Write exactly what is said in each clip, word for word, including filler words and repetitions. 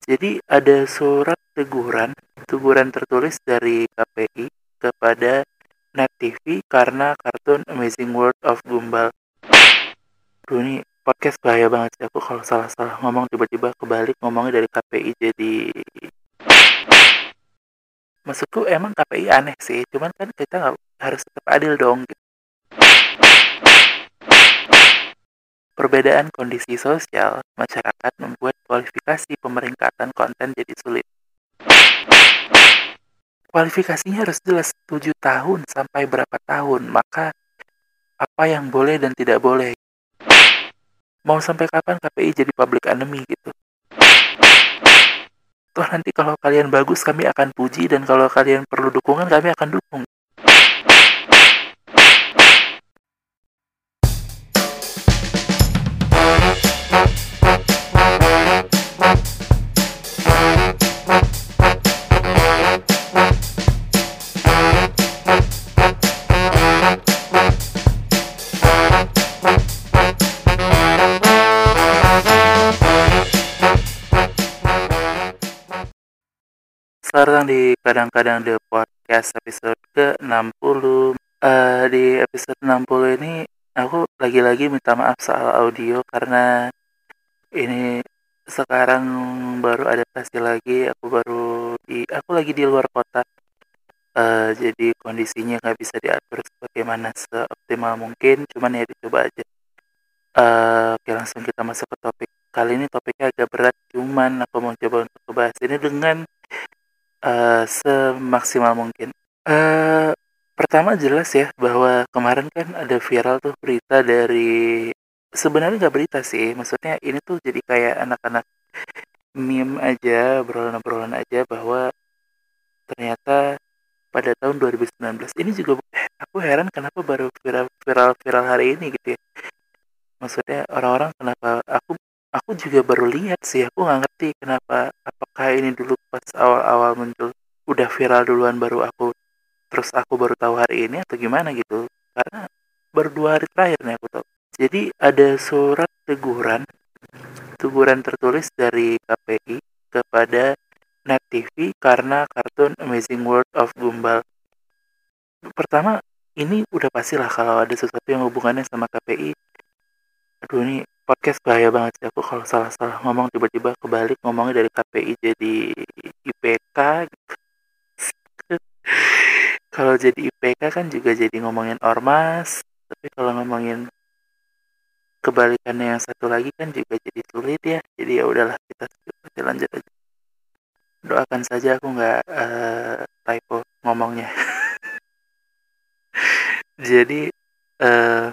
Jadi ada surat teguran, teguran tertulis dari K P I kepada Net T V karena kartun Amazing World of Gumball. Duh, ini podcast bahaya banget sih, aku kalau salah-salah ngomong tiba-tiba kebalik ngomongnya dari K P I jadi... Maksudku emang K P I aneh sih, cuman kan kita nggak harus tetap adil dong. Perbedaan kondisi sosial masyarakat membuat kualifikasi pemeringkatan konten jadi sulit. Kualifikasinya harus jelas, tujuh tahun sampai berapa tahun, maka apa yang boleh dan tidak boleh. Mau sampai kapan K P I jadi public enemy gitu? Toh nanti kalau kalian bagus kami akan puji, dan kalau kalian perlu dukungan kami akan dukung. Sekarang di kadang-kadang The Podcast episode ke enam puluh. Uh, di episode enam puluh ini aku lagi-lagi minta maaf soal audio karena ini sekarang baru adaptasi lagi. Aku baru di aku lagi di luar kota. Uh, jadi kondisinya nggak bisa diatur sebagaimana seoptimal mungkin. Cuman ya dicoba aja. Uh, oke, langsung kita masuk ke topik. Kali ini topiknya agak berat. Cuman aku mau coba untuk membahas ini dengan Uh, semaksimal mungkin. Uh, pertama jelas ya bahwa kemarin kan ada viral tuh berita dari, sebenarnya nggak berita sih, maksudnya ini tuh jadi kayak anak-anak meme aja, obrolan-obrolan aja, bahwa ternyata pada tahun dua ribu sembilan belas ini juga aku heran kenapa baru viral viral viral hari ini gitu ya. Maksudnya orang-orang kenapa, aku aku juga baru lihat sih, aku nggak ngerti kenapa, apakah ini dulu pas awal-awal muncul udah viral duluan baru aku, terus aku baru tahu hari ini atau gimana gitu, karena baru dua hari terakhir nih aku tahu. Jadi ada surat teguran teguran tertulis dari K P I kepada Net T V karena kartun Amazing World of Gumball. Pertama, ini udah pastilah kalau ada sesuatu yang hubungannya sama K P I. Aduh, ini podcast bahaya banget sih, aku kalau salah-salah ngomong tiba-tiba kebalik ngomongnya dari K P I jadi I P K gitu. Kalau jadi I P K kan juga jadi ngomongin ormas, tapi kalau ngomongin kebalikannya yang satu lagi kan juga jadi sulit ya. Jadi ya udahlah, kita lanjut aja. Doakan saja aku nggak uh, typo ngomongnya. Jadi uh,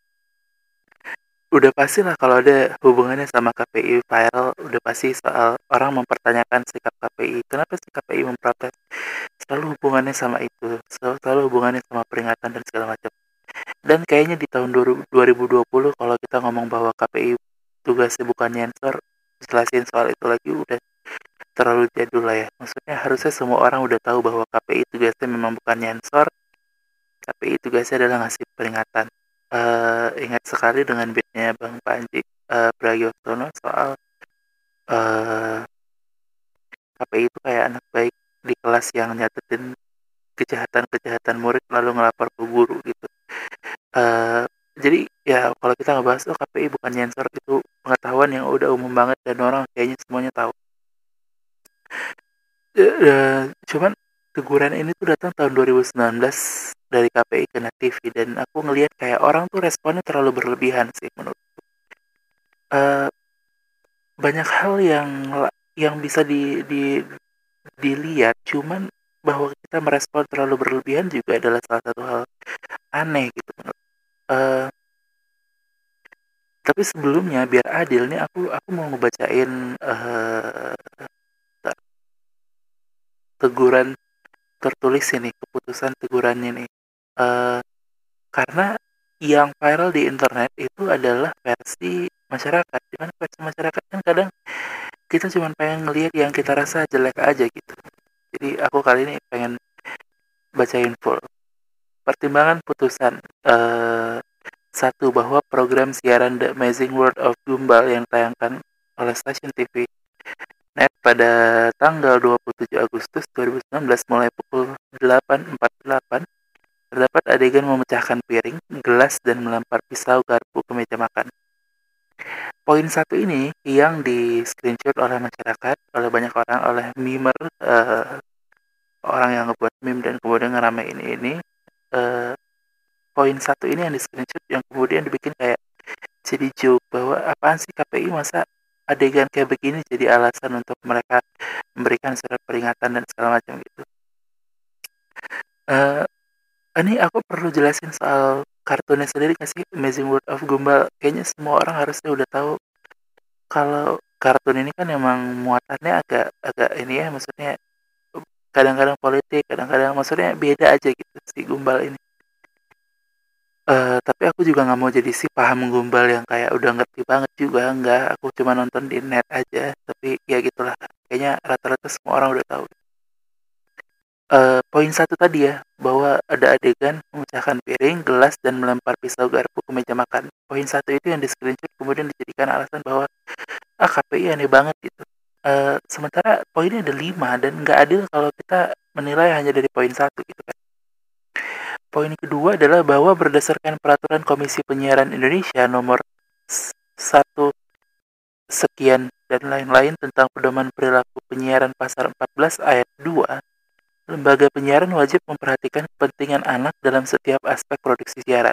udah pasti lah kalau ada hubungannya sama K P I viral, udah pasti soal orang mempertanyakan sikap K P I. Kenapa sih K P I memprotes? Selalu hubungannya sama itu, selalu, selalu hubungannya sama peringatan dan segala macam. Dan kayaknya di tahun dua ribu dua puluh kalau kita ngomong bahwa K P I tugasnya bukan nyensor, jelasin soal itu lagi udah terlalu jadul lah ya. Maksudnya harusnya semua orang udah tahu bahwa K P I tugasnya memang bukan nyensor. K P I tugasnya adalah ngasih peringatan. Uh, ingat sekali dengan beatnya Bang Panji uh, Pragiwaksono soal uh, K P I itu kayak anak baik di kelas yang nyatetin kejahatan-kejahatan murid lalu ngelapor ke guru gitu. Uh, jadi ya kalau kita ngebahas oh K P I bukan nyensor, itu pengetahuan yang udah umum banget dan orang kayaknya semuanya tahu. Uh, uh, cuman teguran ini tuh datang tahun dua ribu sembilan belas dari K P I ke Net T V, dan aku ngelihat kayak orang tuh responnya terlalu berlebihan sih menurutku. Uh, banyak hal yang yang bisa di, di dilihat, cuman bahwa kita merespon terlalu berlebihan juga adalah salah satu hal aneh gitu. Uh, tapi sebelumnya biar adil nih, aku aku mau ngebacain uh, teguran tertulis ini, keputusan tegurannya nih. Uh, karena yang viral di internet itu adalah versi masyarakat, dimana versi masyarakat kan kadang kita cuma pengen ngelihat yang kita rasa jelek aja gitu. Jadi aku kali ini pengen bacain full. Pertimbangan putusan uh, satu, bahwa program siaran The Amazing World of Gumball yang ditayangkan oleh stasiun T V Net pada tanggal dua puluh tujuh Agustus dua ribu sembilan belas mulai pukul delapan empat puluh delapan terdapat adegan memecahkan piring, gelas, dan melempar pisau garpu ke meja makan. Poin satu ini yang di screenshot oleh masyarakat, oleh banyak orang, oleh memer, uh, orang yang ngebuat meme dan kemudian ngeramein ini. Uh, poin satu ini yang di screenshot yang kemudian dibikin kayak jadi joke bahwa apaan sih K P I masa adegan kayak begini jadi alasan untuk mereka memberikan surat peringatan dan segala macam gitu. Uh, ini aku perlu jelasin soal kartunnya sendiri nggak sih, Amazing World of Gumball? Kayaknya semua orang harusnya udah tahu kalau kartun ini kan emang muatannya agak agak ini ya, maksudnya kadang-kadang politik, kadang-kadang maksudnya beda aja gitu si Gumball ini. Uh, tapi aku juga nggak mau jadi si paham Gumball yang kayak udah ngerti banget juga, nggak. Aku cuma nonton di net aja, tapi ya gitulah. Kayaknya rata-rata semua orang udah tahu. Uh, poin satu tadi ya, bahwa ada adegan memecahkan piring, gelas, dan melempar pisau garpu ke meja makan. Poin satu itu yang di screenshot kemudian dijadikan alasan bahwa ah K P I aneh banget gitu. Uh, sementara poinnya ada lima dan nggak adil kalau kita menilai hanya dari poin satu gitu kan. Poin kedua adalah bahwa berdasarkan peraturan Komisi Penyiaran Indonesia nomor satu sekian dan lain-lain tentang pedoman perilaku penyiaran pasal empat belas ayat dua, lembaga penyiaran wajib memperhatikan kepentingan anak dalam setiap aspek produksi siaran.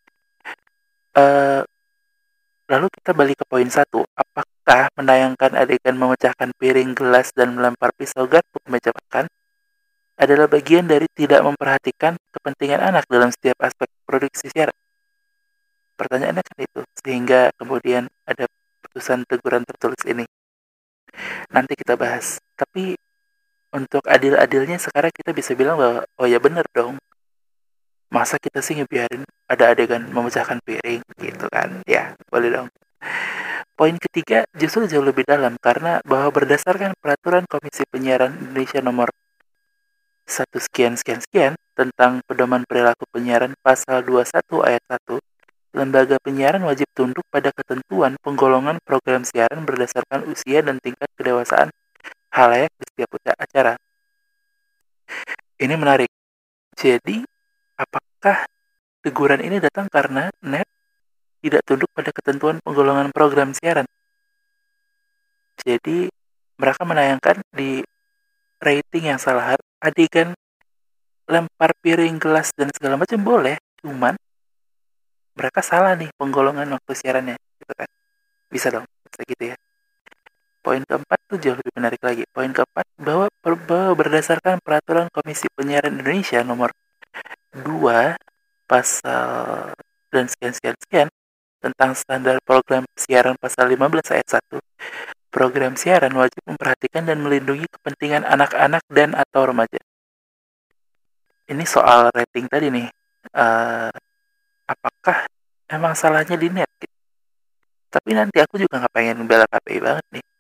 Uh, lalu kita balik ke poin satu. Apakah menayangkan adegan memecahkan piring, gelas, dan melempar pisau garpu ke meja makan adalah bagian dari tidak memperhatikan kepentingan anak dalam setiap aspek produksi siaran? Pertanyaannya kan itu, sehingga kemudian ada putusan teguran tertulis ini. Nanti kita bahas. Tapi untuk adil-adilnya sekarang kita bisa bilang bahwa oh ya bener dong, masa kita sih ngebiarin ada adegan memecahkan piring gitu kan. Ya boleh dong. Poin ketiga justru jauh lebih dalam karena bahwa berdasarkan peraturan Komisi Penyiaran Indonesia nomor satu sekian sekian sekian tentang pedoman perilaku penyiaran pasal dua puluh satu ayat satu, lembaga penyiaran wajib tunduk pada ketentuan penggolongan program siaran berdasarkan usia dan tingkat kedewasaan halayak di setiap acara. Ini menarik. Jadi, apakah teguran ini datang karena net tidak tunduk pada ketentuan penggolongan program siaran? Jadi, mereka menayangkan di rating yang salah, adegan lempar piring, gelas, dan segala macam boleh, cuman mereka salah nih penggolongan waktu siarannya, gitu kan. Bisa dong, bisa gitu ya. Poin keempat tuh jauh lebih menarik lagi. Poin keempat, bahwa, bahwa berdasarkan peraturan Komisi Penyiaran Indonesia nomor dua pasal dan sekian-sekian-sekian tentang standar program siaran pasal lima belas ayat satu, program siaran wajib memperhatikan dan melindungi kepentingan anak-anak dan atau remaja. Ini soal rating tadi nih. Uh, apakah emang salahnya di net? Tapi nanti aku juga nggak pengen ngebela K P I banget nih.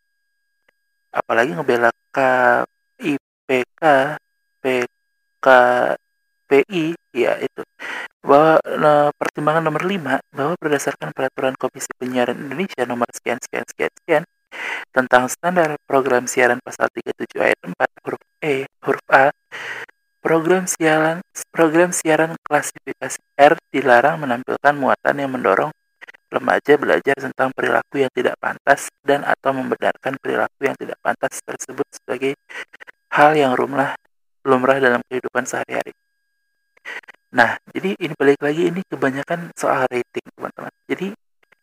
Apalagi ngebela K I P K, P K P I, ya itu. Bahwa nah, pertimbangan nomor lima, bahwa berdasarkan peraturan Komisi Penyiaran Indonesia nomor sekian sekian sekian sekian tentang standar program siaran pasal tiga puluh tujuh ayat empat huruf E, huruf A, program siaran program siaran klasifikasi R dilarang menampilkan muatan yang mendorong remaja belajar tentang perilaku yang tidak pantas dan atau membenarkan perilaku yang tidak pantas tersebut sebagai hal yang lumrah lumrah dalam kehidupan sehari-hari. Nah, jadi ini balik lagi, ini kebanyakan soal rating, teman-teman. Jadi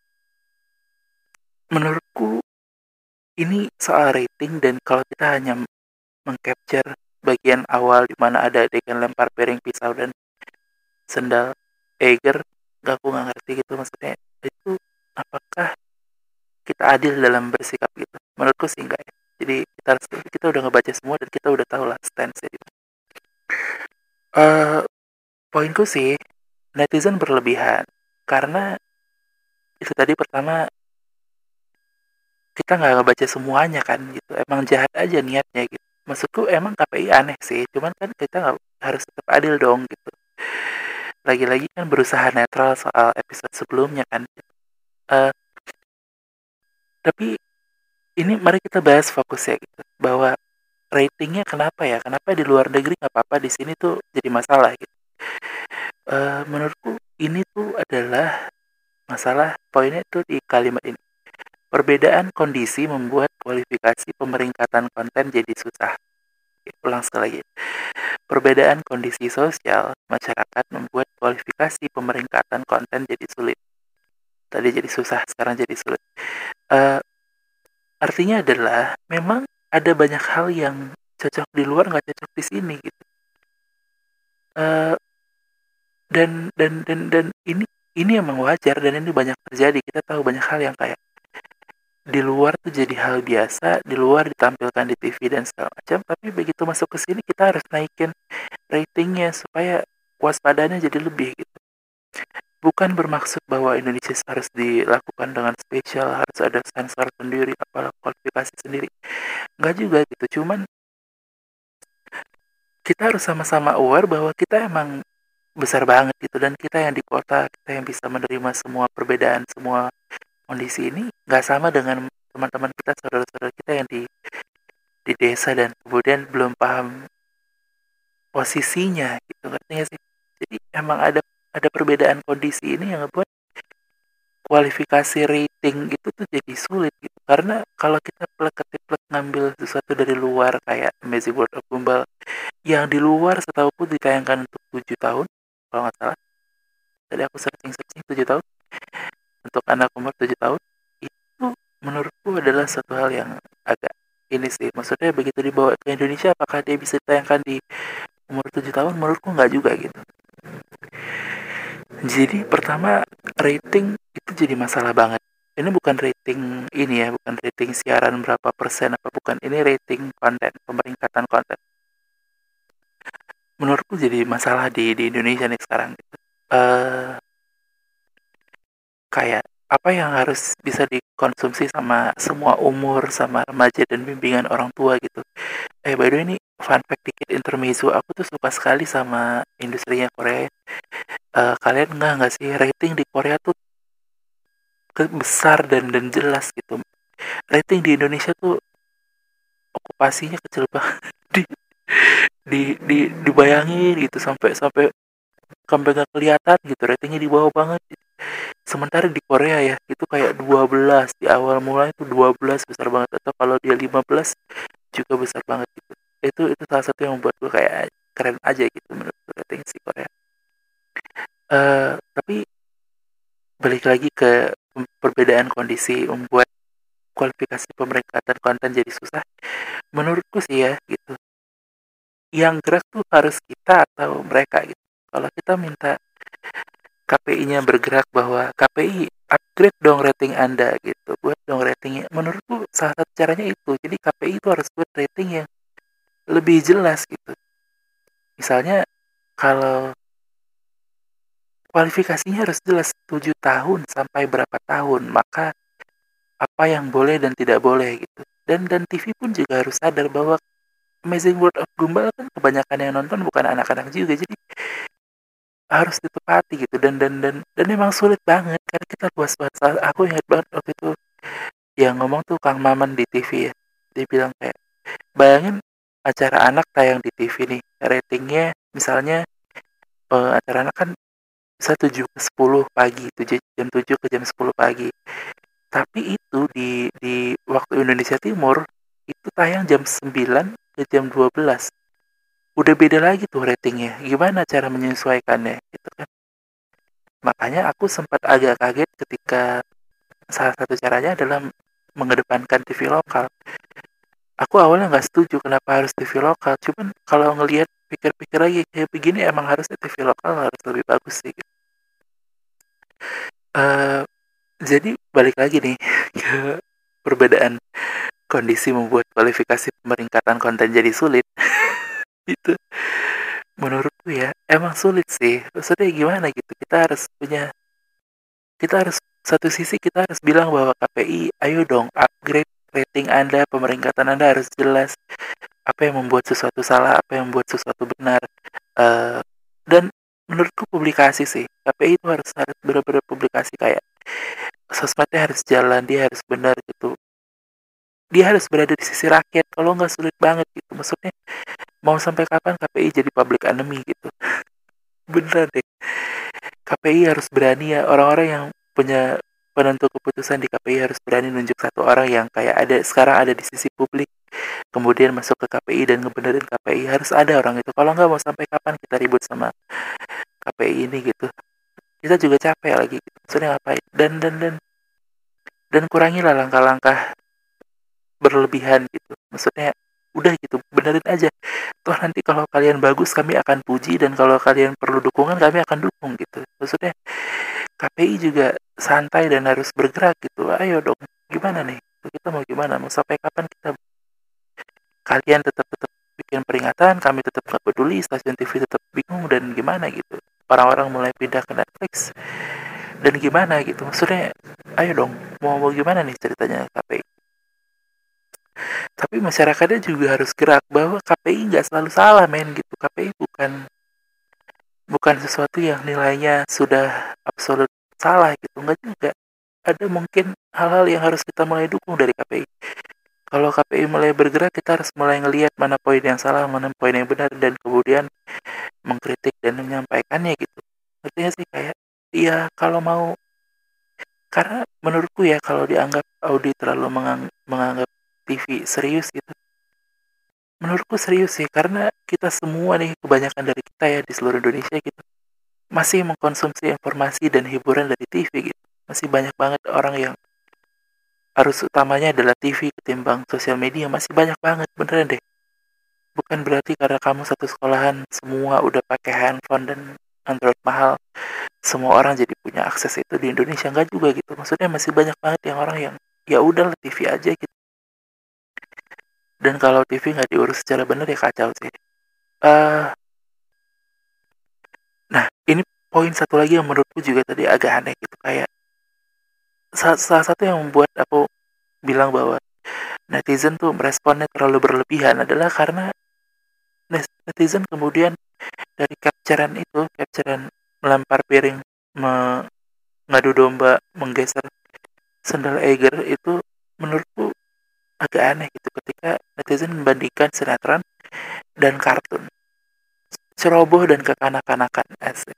menurutku ini soal rating, dan kalau kita hanya mengcapture bagian awal di mana ada adegan lempar piring, pisau, dan sendal Eiger, gak aku nggak ngerti gitu maksudnya. Itu apakah kita adil dalam bersikap gitu? Menurutku sih enggak ya. Jadi kita kita udah ngebaca semua dan kita udah tahu lah stance itu. Uh, poinku sih netizen berlebihan karena itu tadi, pertama kita nggak ngebaca semuanya kan gitu. Emang jahat aja niatnya gitu. Maksudku emang K P I aneh sih, cuman kan kita nggak harus tetap adil dong gitu. Lagi-lagi kan berusaha netral soal episode sebelumnya kan. Uh, tapi ini mari kita bahas fokusnya gitu, bahwa ratingnya kenapa ya, kenapa di luar negeri nggak apa-apa, di sini tuh jadi masalah gitu. Eee, menurutku ini tuh adalah masalah poinnya tuh di kalimat ini, perbedaan kondisi membuat kualifikasi pemeringkatan konten jadi susah. Oke, ulang sekali lagi, perbedaan kondisi sosial masyarakat membuat kualifikasi pemeringkatan konten jadi sulit. Tadi jadi susah, sekarang jadi sulit. Eee, artinya adalah memang ada banyak hal yang cocok di luar, nggak cocok di sini gitu. Eee, dan dan dan dan ini ini emang wajar dan ini banyak terjadi. Kita tahu banyak hal yang kayak di luar tuh jadi hal biasa, di luar ditampilkan di T V dan segala macam, tapi begitu masuk ke sini kita harus naikin ratingnya supaya waspadanya jadi lebih gitu. Bukan bermaksud bahwa Indonesia harus dilakukan dengan spesial, harus ada sensor sendiri, apalah kualifikasi sendiri. Nggak juga gitu, cuman kita harus sama-sama aware bahwa kita emang besar banget gitu, dan kita yang di kota, kita yang bisa menerima semua perbedaan, semua kondisi ini nggak sama dengan teman-teman kita, saudara-saudara kita yang di di desa dan kemudian belum paham posisinya gitu, ngerti nggak sih? Jadi emang ada ada perbedaan kondisi ini yang ngebuat kualifikasi rating itu tuh jadi sulit gitu. Karena kalau kita plek-ketiplek ngambil sesuatu dari luar kayak Amazing World of Gumball, yang di luar setahuku ditayangkan untuk tujuh tahun, kalau nggak salah. Tadi aku searching-searching tujuh tahun. Untuk anak umur tujuh tahun, itu menurutku adalah satu hal yang agak ini sih. Maksudnya begitu dibawa ke Indonesia, apakah dia bisa ditayangkan di umur tujuh tahun? Menurutku nggak juga gitu. Jadi pertama, rating itu jadi masalah banget. Ini bukan rating ini ya, bukan rating siaran berapa persen apa bukan, ini rating konten, pemeringkatan konten. Menurutku jadi masalah di di Indonesia nih sekarang gitu. Eh kayak apa yang harus bisa dikonsumsi sama semua umur, sama remaja dan bimbingan orang tua gitu. Eh by the way ini fun fact dikit intermezzo, aku tuh suka sekali sama industrinya Korea. Eh, kalian nggak nggak sih rating di Korea tuh ke- besar dan dan jelas gitu. Rating di Indonesia tuh okupasinya kecil banget. di di di dibayangin gitu, sampai sampai sampai nggak kelihatan gitu, ratingnya di bawah banget. Sementara di Korea ya itu kayak dua belas di awal mulai itu dua belas besar banget, atau kalau dia lima belas juga besar banget gitu. Itu itu salah satu yang membuat gue kayak keren aja gitu menurut gue rating si Korea. Eh tapi balik lagi ke perbedaan kondisi membuat kualifikasi pemeringkatan konten jadi susah. Menurutku sih ya gitu. Yang gerak tuh harus kita atau mereka gitu. Kalau kita minta K P I-nya bergerak bahwa K P I upgrade dong rating Anda gitu, buat dong ratingnya. Menurutku salah satu caranya itu. Jadi K P I itu harus buat rating yang lebih jelas gitu. Misalnya kalau kualifikasinya harus jelas tujuh tahun sampai berapa tahun, maka apa yang boleh dan tidak boleh gitu. Dan dan T V pun juga harus sadar bahwa Amazing World of Gumball kan kebanyakan yang nonton bukan anak-anak juga. Jadi harus ditepati gitu, dan dan dan dan memang sulit banget karena kita luas banget. Aku ingat banget waktu itu yang ngomong tuh Kang Maman di T V ya. Dia bilang kayak, bayangin acara anak tayang di T V nih, ratingnya misalnya eh, acara anak kan bisa tujuh ke sepuluh pagi, tujuh, jam tujuh ke jam sepuluh pagi. Tapi itu di di waktu Indonesia Timur itu tayang jam sembilan ke jam dua belas. Udah beda lagi tuh ratingnya. Gimana cara menyesuaikannya gitu kan. Makanya aku sempat agak kaget ketika salah satu caranya adalah mengedepankan T V lokal. Aku awalnya nggak setuju kenapa harus T V lokal, cuman kalau ngelihat pikir-pikir lagi kayak begini emang harusnya T V lokal harus lebih bagus sih. Uh, jadi balik lagi nih ke perbedaan kondisi membuat kualifikasi pemeringkatan konten jadi sulit. Itu menurutku ya emang sulit sih. Maksudnya gimana gitu? Kita harus punya, kita harus satu sisi kita harus bilang bahwa K P I, ayo dong upgrade rating Anda, pemeringkatan Anda harus jelas. Apa yang membuat sesuatu salah, apa yang membuat sesuatu benar. Uh, dan menurutku publikasi sih, K P I itu harus harus benar-benar publikasi, kayak sosmednya harus jalan, dia harus benar gitu. dia harus berada di sisi rakyat, kalau nggak sulit banget gitu. Maksudnya mau sampai kapan K P I jadi public enemy gitu. Beneran deh. K P I harus berani ya, orang-orang yang punya penentu keputusan di K P I harus berani nunjuk satu orang yang kayak ada sekarang ada di sisi publik, kemudian masuk ke K P I dan ngebenerin K P I. Harus ada orang itu. Kalau nggak mau sampai kapan kita ribut sama K P I ini gitu. Kita juga capek lagi gitu. Maksudnya ngapain? Dan dan dan dan kurangilah langkah-langkah berlebihan gitu. Maksudnya udah gitu, benerin aja. Toh nanti kalau kalian bagus kami akan puji, dan kalau kalian perlu dukungan kami akan dukung gitu. Maksudnya K P I juga santai dan harus bergerak gitu. Ayo dong, gimana nih? Kita mau gimana? Mau sampai kapan kita kalian tetap tetap bikin peringatan, kami tetap nggak peduli, stasiun T V tetap bingung, dan gimana gitu. Orang-orang mulai pindah ke Netflix dan gimana gitu. Maksudnya ayo dong, mau mau gimana nih ceritanya K P I? Tapi masyarakatnya juga harus gerak bahwa K P I nggak selalu salah men gitu. K P I bukan bukan sesuatu yang nilainya sudah absolut salah gitu, nggak juga. Ada mungkin hal-hal yang harus kita mulai dukung dari K P I. Kalau K P I mulai bergerak, kita harus mulai ngelihat mana poin yang salah, mana poin yang benar, dan kemudian mengkritik dan menyampaikannya gitu. Artinya sih kayak, iya kalau mau, karena menurutku ya kalau dianggap Audi terlalu mengang- menganggap T V serius gitu. Menurutku serius sih, karena kita semua nih, kebanyakan dari kita ya di seluruh Indonesia gitu, masih mengkonsumsi informasi dan hiburan dari T V gitu. Masih banyak banget orang yang arus utamanya adalah T V ketimbang sosial media, masih banyak banget, beneran deh. Bukan berarti karena kamu satu sekolahan semua udah pakai handphone dan Android mahal, semua orang jadi punya akses itu di Indonesia, enggak juga gitu. Maksudnya masih banyak banget yang orang yang ya udah T V aja gitu. Dan kalau T V nggak diurus secara benar ya kacau sih. Uh, nah ini poin satu lagi yang menurutku juga tadi agak aneh gitu, kayak salah, salah satu yang membuat aku bilang bahwa netizen tuh meresponnya terlalu berlebihan adalah karena netizen kemudian dari capturean itu, capturean melempar piring, mengadu domba, menggeser sendal Eiger itu menurutku agak aneh gitu, ketika netizen membandingkan sinetron dan kartun, ceroboh dan kekanak-kanakan, asik.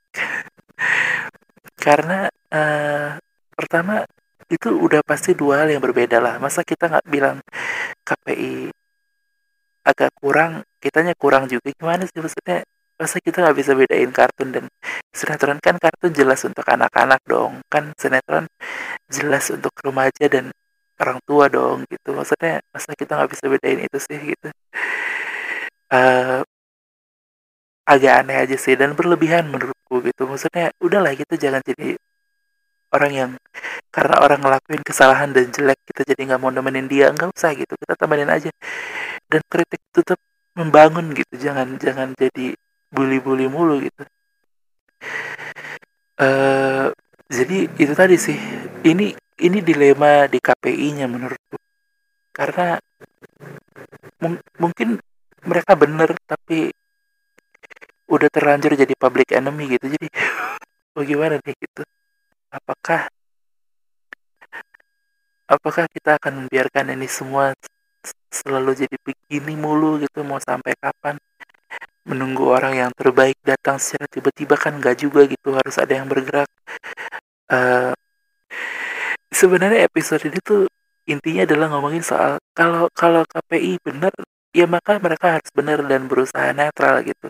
Karena uh, pertama itu udah pasti dua hal yang berbeda lah. Masa kita nggak bilang K P I agak kurang, kitanya kurang juga, gimana sih maksudnya? Masa kita nggak bisa bedain kartun dan sinetron? Kan kartun jelas untuk anak-anak dong, kan sinetron jelas untuk remaja dan orang tua dong gitu. Maksudnya masa kita nggak bisa bedain itu sih gitu. Uh, agak aneh aja sih dan berlebihan menurutku gitu. Maksudnya udahlah, kita jangan jadi orang yang karena orang ngelakuin kesalahan dan jelek kita jadi nggak mau nemenin dia, nggak usah gitu, kita temenin aja. Dan kritik tetap membangun gitu, jangan jangan jadi bully-bully mulu gitu. Uh, jadi itu tadi sih, ini ini dilema di K P I-nya menurutku, karena mung- mungkin mereka bener tapi udah terlanjur jadi public enemy gitu. Jadi bagaimana nih gitu, apakah apakah kita akan membiarkan ini semua selalu jadi begini mulu gitu, mau sampai kapan menunggu orang yang terbaik datang secara tiba-tiba? Kan nggak juga gitu, harus ada yang bergerak. Uh, sebenarnya episode ini tuh intinya adalah ngomongin soal kalau kalau K P I benar ya maka mereka harus benar dan berusaha netral gitu.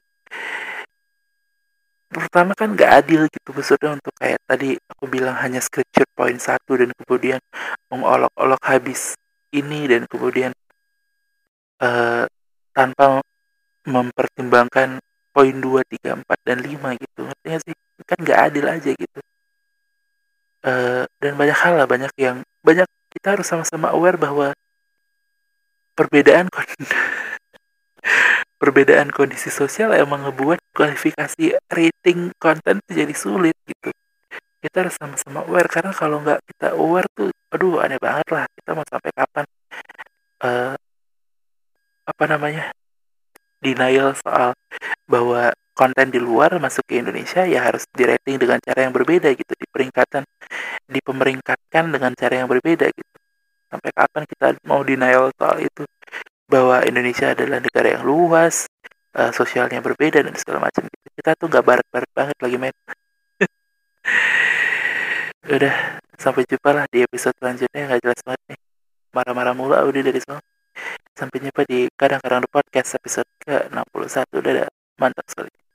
Pertama kan nggak adil gitu, maksudnya untuk kayak tadi aku bilang hanya screenshot poin satu dan kemudian mengolok-olok habis ini, dan kemudian uh, tanpa mempertimbangkan poin dua, tiga, empat, dan lima gitu. Artinya sih kan nggak adil aja gitu. Uh, dan banyak hal lah, banyak yang banyak kita harus sama-sama aware bahwa perbedaan perbedaan kondisi sosial emang ngebuat kualifikasi rating konten jadi sulit gitu. Kita harus sama-sama aware, karena kalau nggak kita aware tuh aduh aneh banget lah, kita mau sampai kapan uh, apa namanya denial soal bahwa konten di luar masuk ke Indonesia ya harus di rating dengan cara yang berbeda gitu, di peringkatan di pemeringkatkan dengan cara yang berbeda gitu. Sampai kapan kita mau denial soal itu? Bahwa Indonesia adalah negara yang luas, uh, sosialnya berbeda dan segala macam gitu. Kita tuh nggak barat-barat banget lagi men. Udah, sampai jumpa lah di episode selanjutnya. Nggak jelas banget nih, marah-marah mulu Audi dari semua. Sampai jumpa di kadang-kadang podcast episode ke enam puluh satu. Dadah, mantap sekali.